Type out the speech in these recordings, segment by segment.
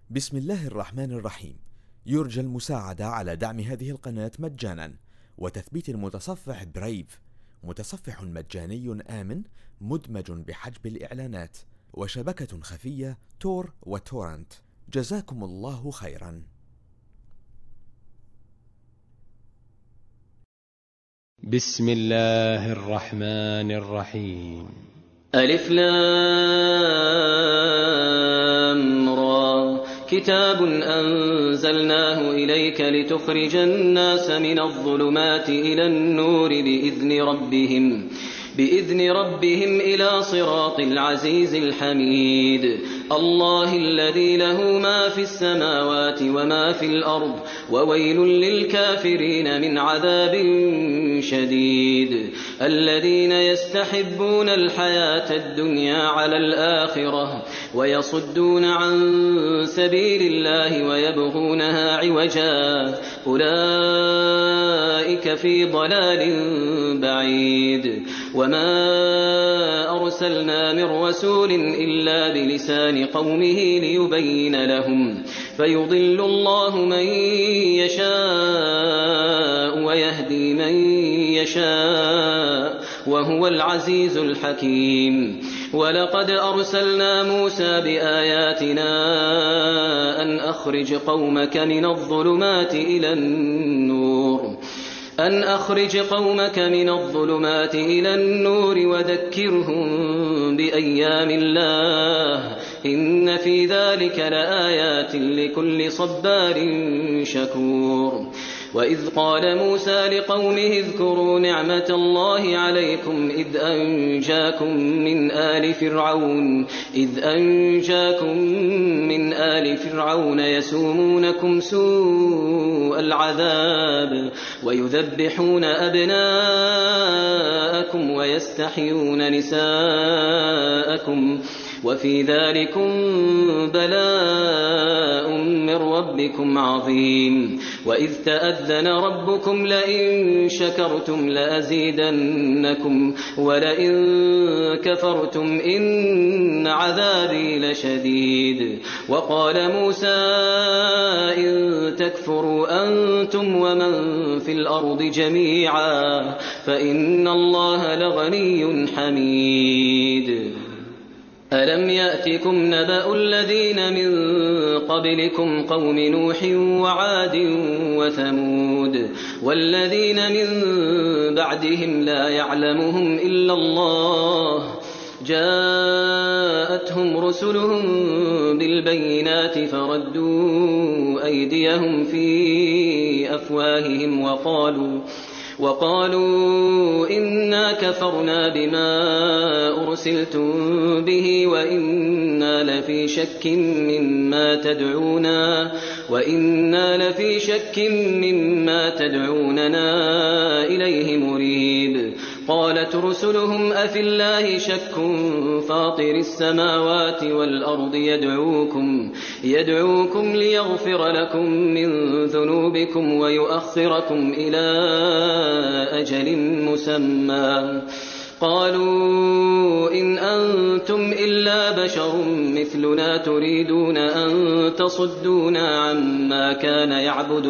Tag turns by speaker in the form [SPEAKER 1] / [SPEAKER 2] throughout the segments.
[SPEAKER 1] بسم الله الرحمن الرحيم. يرجى المساعدة على دعم هذه القناة مجانا وتثبيت المتصفح برايف، متصفح مجاني آمن مدمج بحجب الإعلانات، وشبكة خفية تور وتورنت. جزاكم الله خيرا.
[SPEAKER 2] بسم الله الرحمن الرحيم.
[SPEAKER 3] ألف لام را، كتاب أنزلناه إليك لتخرج الناس من الظلمات إلى النور بإذن ربهم إلى صراط العزيز الحميد. الله الذي له ما في السماوات وما في الأرض، وويل للكافرين من عذاب شديد. الذين يستحبون الحياة الدنيا على الآخرة ويصدون عن سبيل الله ويبغونها عوجا، أولئك في ضلال بعيد. وما أرسلنا من رسول إلا بلسان قومه ليبين لهم، فيضل الله من يشاء ويهدي من يشاء، وهو العزيز الحكيم. ولقد أرسلنا موسى بآياتنا أن أخرج قومك من الظلمات إلى النور وذكرهم بأيام الله، إن في ذلك لآيات لكل صبار شكور. وإذ قال موسى لقومه اذكروا نعمة الله عليكم إذ أنجاكم من آل فرعون يسومونكم سوء العذاب ويذبحون أبناءكم ويستحيون نساءكم، وفي ذلكم بلاء من ربكم عظيم. وإذ تأذن ربكم لئن شكرتم لأزيدنكم ولئن كفرتم إن عذابي لشديد. وقال موسى إن تكفروا أنتم ومن في الأرض جميعا فإن الله لغني حميد. ألم يأتكم نبأ الذين من قبلكم قوم نوح وعاد وثمود والذين من بعدهم لا يعلمهم إلا الله، جاءتهم رسلهم بالبينات فردوا أيديهم في أفواههم وقالوا إنا كفرنا بما أرسلتم به وإنا لفي شك مما تدعوننا إليه مريب. قالت رسلهم أفي الله شك فاطر السماوات والأرض يدعوكم ليغفر لكم من ذنوبكم ويؤخركم إلى أجل مسمى. قالوا إن أنتم إلا بشر مثلنا تريدون أن تصدونا عما كان يعبد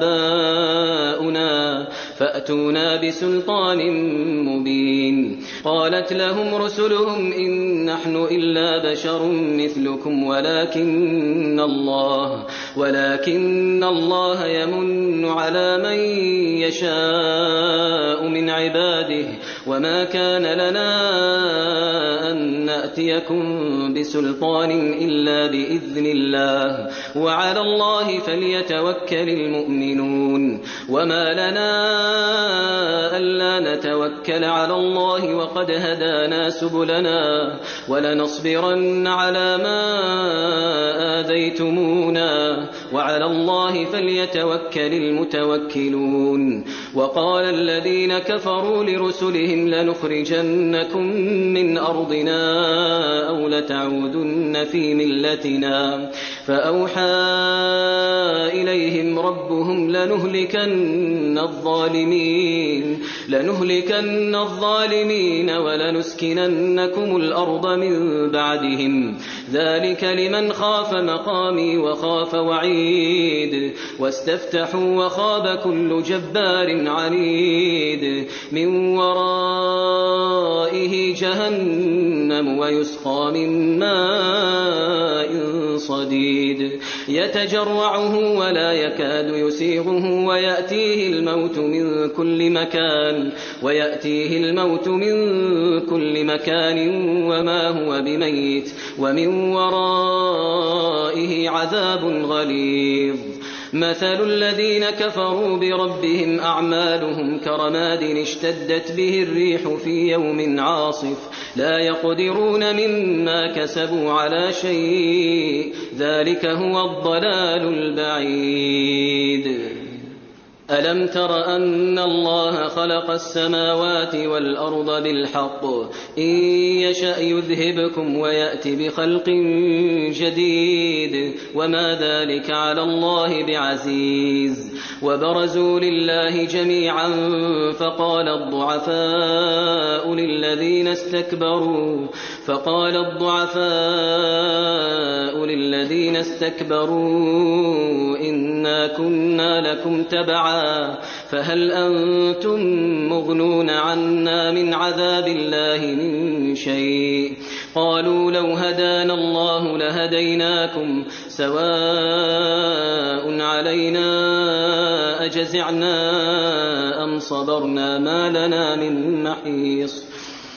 [SPEAKER 3] آباؤنا فأتونا بسلطان مبين. قالت لهم رسلهم إن نحن إلا بشر مثلكم ولكن الله يمن على من يشاء من عباده، وما كان لنا أن نأتيكم بسلطان إلا بإذن الله، وعلى الله فليتوكل المؤمنون. وما لنا ألا نتوكل على الله وقد هدانا سبلنا ولنصبرن على ما آذيتمونا، وعلى الله فليتوكل المتوكلون. وقال الذين كفروا لرسلهم لنخرجنكم من أرضنا أو لتعودن في ملتنا، فأوحى إليهم ربهم لنهلكن الظالمين ولنسكننكم الأرض من بعدهم ذلك لمن خاف مقامي وخاف وعيد واستفتحوا وخاب كل جبار عنيد من ورائه جهنم ويسقى من ماء صديد يتجرعه ولا يكاد يسيغه ويأتيه الموت من كل مكان وما هو بميت ومن ورائه عذاب غليظ مثل الذين كفروا بربهم أعمالهم كرماد اشتدت به الريح في يوم عاصف لا يقدرون مما كسبوا على شيء ذلك هو الضلال البعيد ألم تر أن الله خلق السماوات والأرض بالحق إن يشأ يذهبكم ويأت بخلق جديد وما ذلك على الله بعزيز وبرزوا لله جميعا فقال الضعفاء للذين استكبروا إنا كنا لكم تبعا فهل أنتم مغنون عنا من عذاب الله من شيء قالوا لو هدانا الله لهديناكم سواء علينا أجزعنا أم صبرنا ما لنا من محيص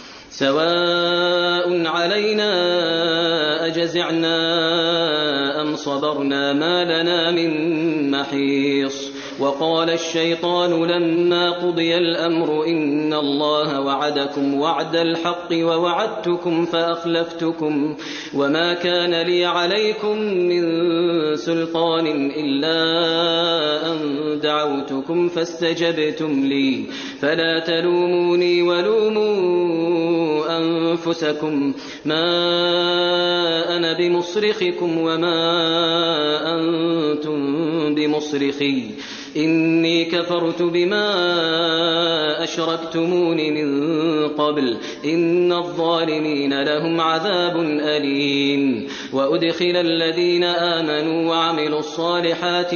[SPEAKER 3] وقال الشيطان لما قضي الأمر إن الله وعدكم وعد الحق ووعدتكم فأخلفتكم وما كان لي عليكم من سلطان إلا أن دعوتكم فاستجبتم لي فلا تلوموني ولوموا أنفسكم ما أنا بمصرخكم وما أنتم بمصرخي إني كفرت بما أشركتمون من قبل إن الظالمين لهم عذاب أليم وأدخل الذين آمنوا وعملوا الصالحات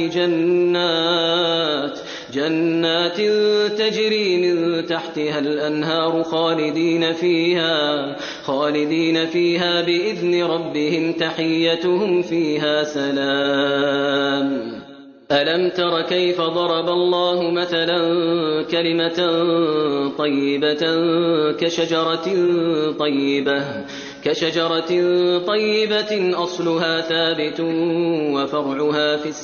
[SPEAKER 3] جنات تجري من تحتها الأنهار خالدين فيها بإذن ربهم تحيتهم فيها سلام ألم تر كيف ضرب الله مثلا كلمة طيبة كشجرة طيبة أصلها ثابت وفرعها في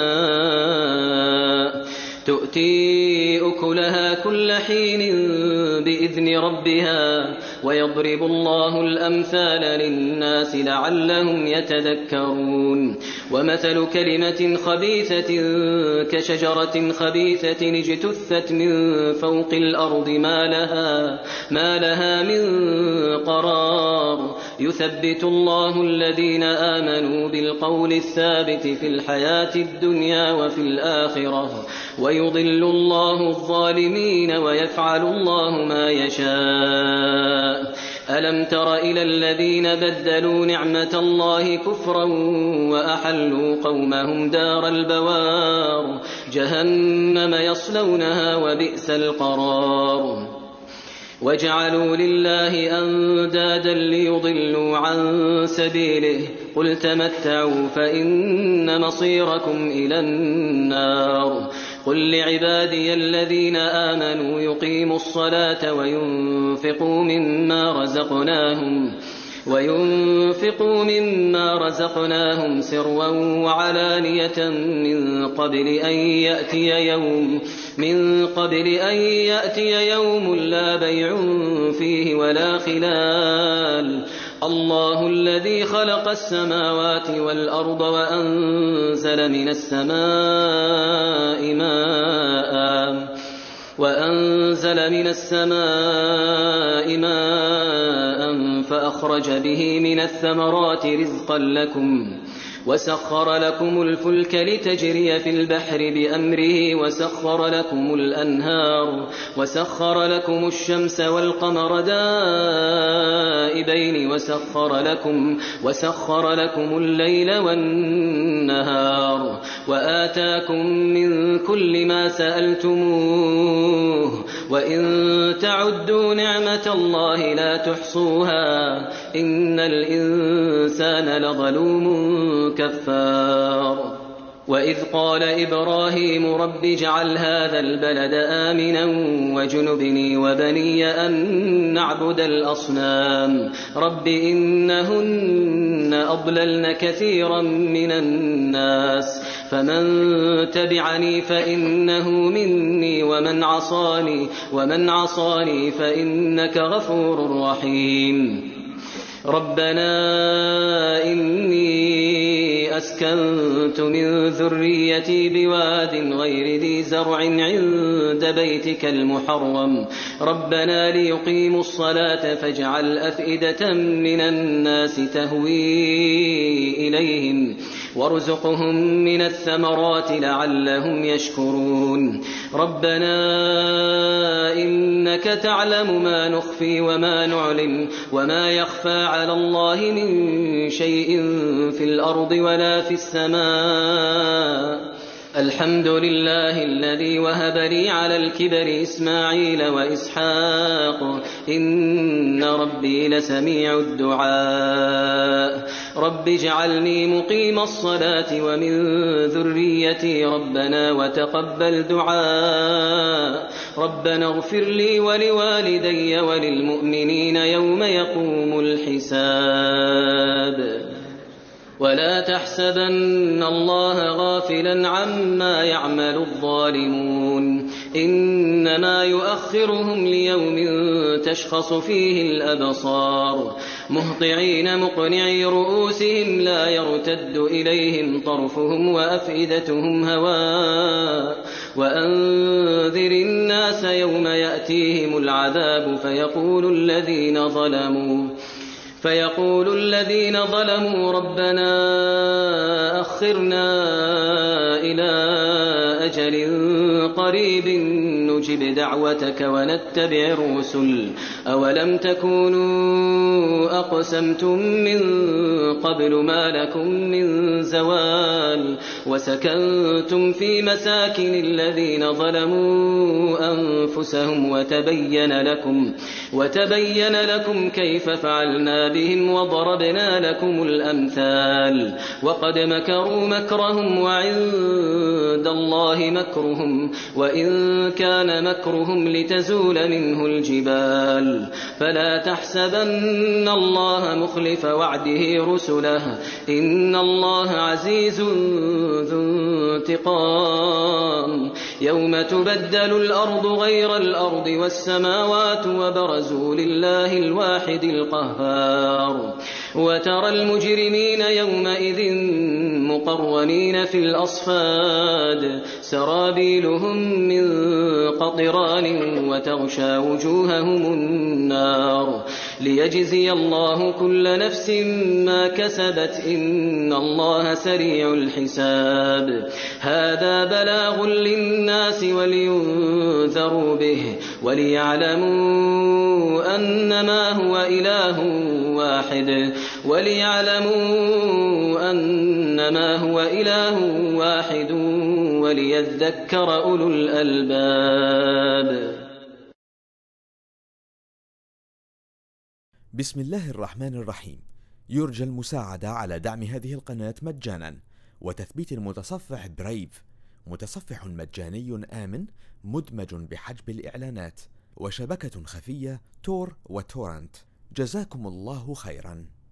[SPEAKER 3] السماء تؤتي أكلها كل حين بإذن ربها ويضرب الله الأمثال للناس لعلهم يتذكرون ومثل كلمة خبيثة كشجرة خبيثة اجتثت من فوق الأرض ما لها من قرار يثبت الله الذين آمنوا بالقول الثابت في الحياة الدنيا وفي الآخرة ويضل الله الظالمين ويفعل الله ما يشاء ألم تر إلى الذين بدلوا نعمة الله كفرا وأحلوا قومهم دار البوار جهنم يصلونها وبئس القرار وجعلوا لله أندادا ليضلوا عن سبيله قل تمتعوا فإن مصيركم إلى النار قل لعبادي الذين آمنوا يقيموا الصلاة وينفقوا مما رزقناهم سرا وعلانية من قبل أن يأتي يوم لا بيع فيه ولا خلال الله الذي خلق السماوات والأرض وأنزل من السماء ماء فأخرج به من الثمرات رزقا لكم وسخر لكم الفلك لتجري في البحر بأمره وسخر لكم الأنهار وسخر لكم الشمس والقمر دائبين وسخر لكم الليل والنهار وآتاكم من كل ما سألتموه وإن تعدوا نعمة الله لا تحصوها إن الإنسان لظلوم كفار. وإذ قال إبراهيم رب اجعل هذا البلد آمنا وجنبني وبني أن نعبد الأصنام رب إنهن أضللن كثيرا من الناس فمن تبعني فإنه مني ومن عصاني فإنك غفور رحيم. ربنا إني أسكنت من ذريتي بواد غير ذي زرع عند بيتك المحرم ربنا ليقيموا الصلاة فاجعل أفئدة من الناس تهوي إليهم وارزقهم من الثمرات لعلهم يشكرون. ربنا إنك تعلم ما نخفي وما نعلن وما يخفى على الله من شيء في الأرض ولا في السماء الحمد لله الذي وهب لي على الكبر إسماعيل وإسحاق إن ربي لسميع الدعاء. رب اجعلني مقيم الصلاة ومن ذريتي ربنا وتقبل دعاء. ربنا اغفر لي ولوالدي وللمؤمنين يوم يقوم الحساب. ولا تحسبن الله غافلا عما يعمل الظالمون إنما يؤخرهم ليوم تشخص فيه الأبصار مهطعين مقنعي رؤوسهم لا يرتد إليهم طرفهم وأفئدتهم هواء. وأنذر الناس يوم يأتيهم العذاب فيقول الذين ظلموا ربنا أخرنا إلى أجل قريب نجب دعوتك ونتبع الرسل أولم تكونوا أقسمتم من قبل ما لكم من زوال وسكنتم في مساكن الذين ظلموا أنفسهم وتبين لكم كيف فعلنا بهم وضربنا لكم الأمثال. وقد مكروا مكرهم وعند الله مكرهم وإن كان مكرهم لتزول منه الجبال. فلا تحسبن الله مخلف وعده رسله إن الله عزيز ذو انتقام. يوم تبدل الأرض غير الأرض والسماوات وبرزوا لله الواحد القهار. وترى المجرمين يومئذ مقرنين في الأصفاد سرابيلهم من قطران وتغشى وجوههم النار ليجزي الله كل نفس ما كسبت إن الله سريع الحساب. هذا بلاغ للناس ولينذروا به وليعلموا أنما هو إله واحد وليذكر أولو الألباب.
[SPEAKER 1] بسم الله الرحمن الرحيم. يرجى المساعدة على دعم هذه القناة مجانا وتثبيت المتصفح برايف، متصفح مجاني آمن مدمج بحجب الإعلانات، وشبكة خفية تور وتورنت. جزاكم الله خيرا.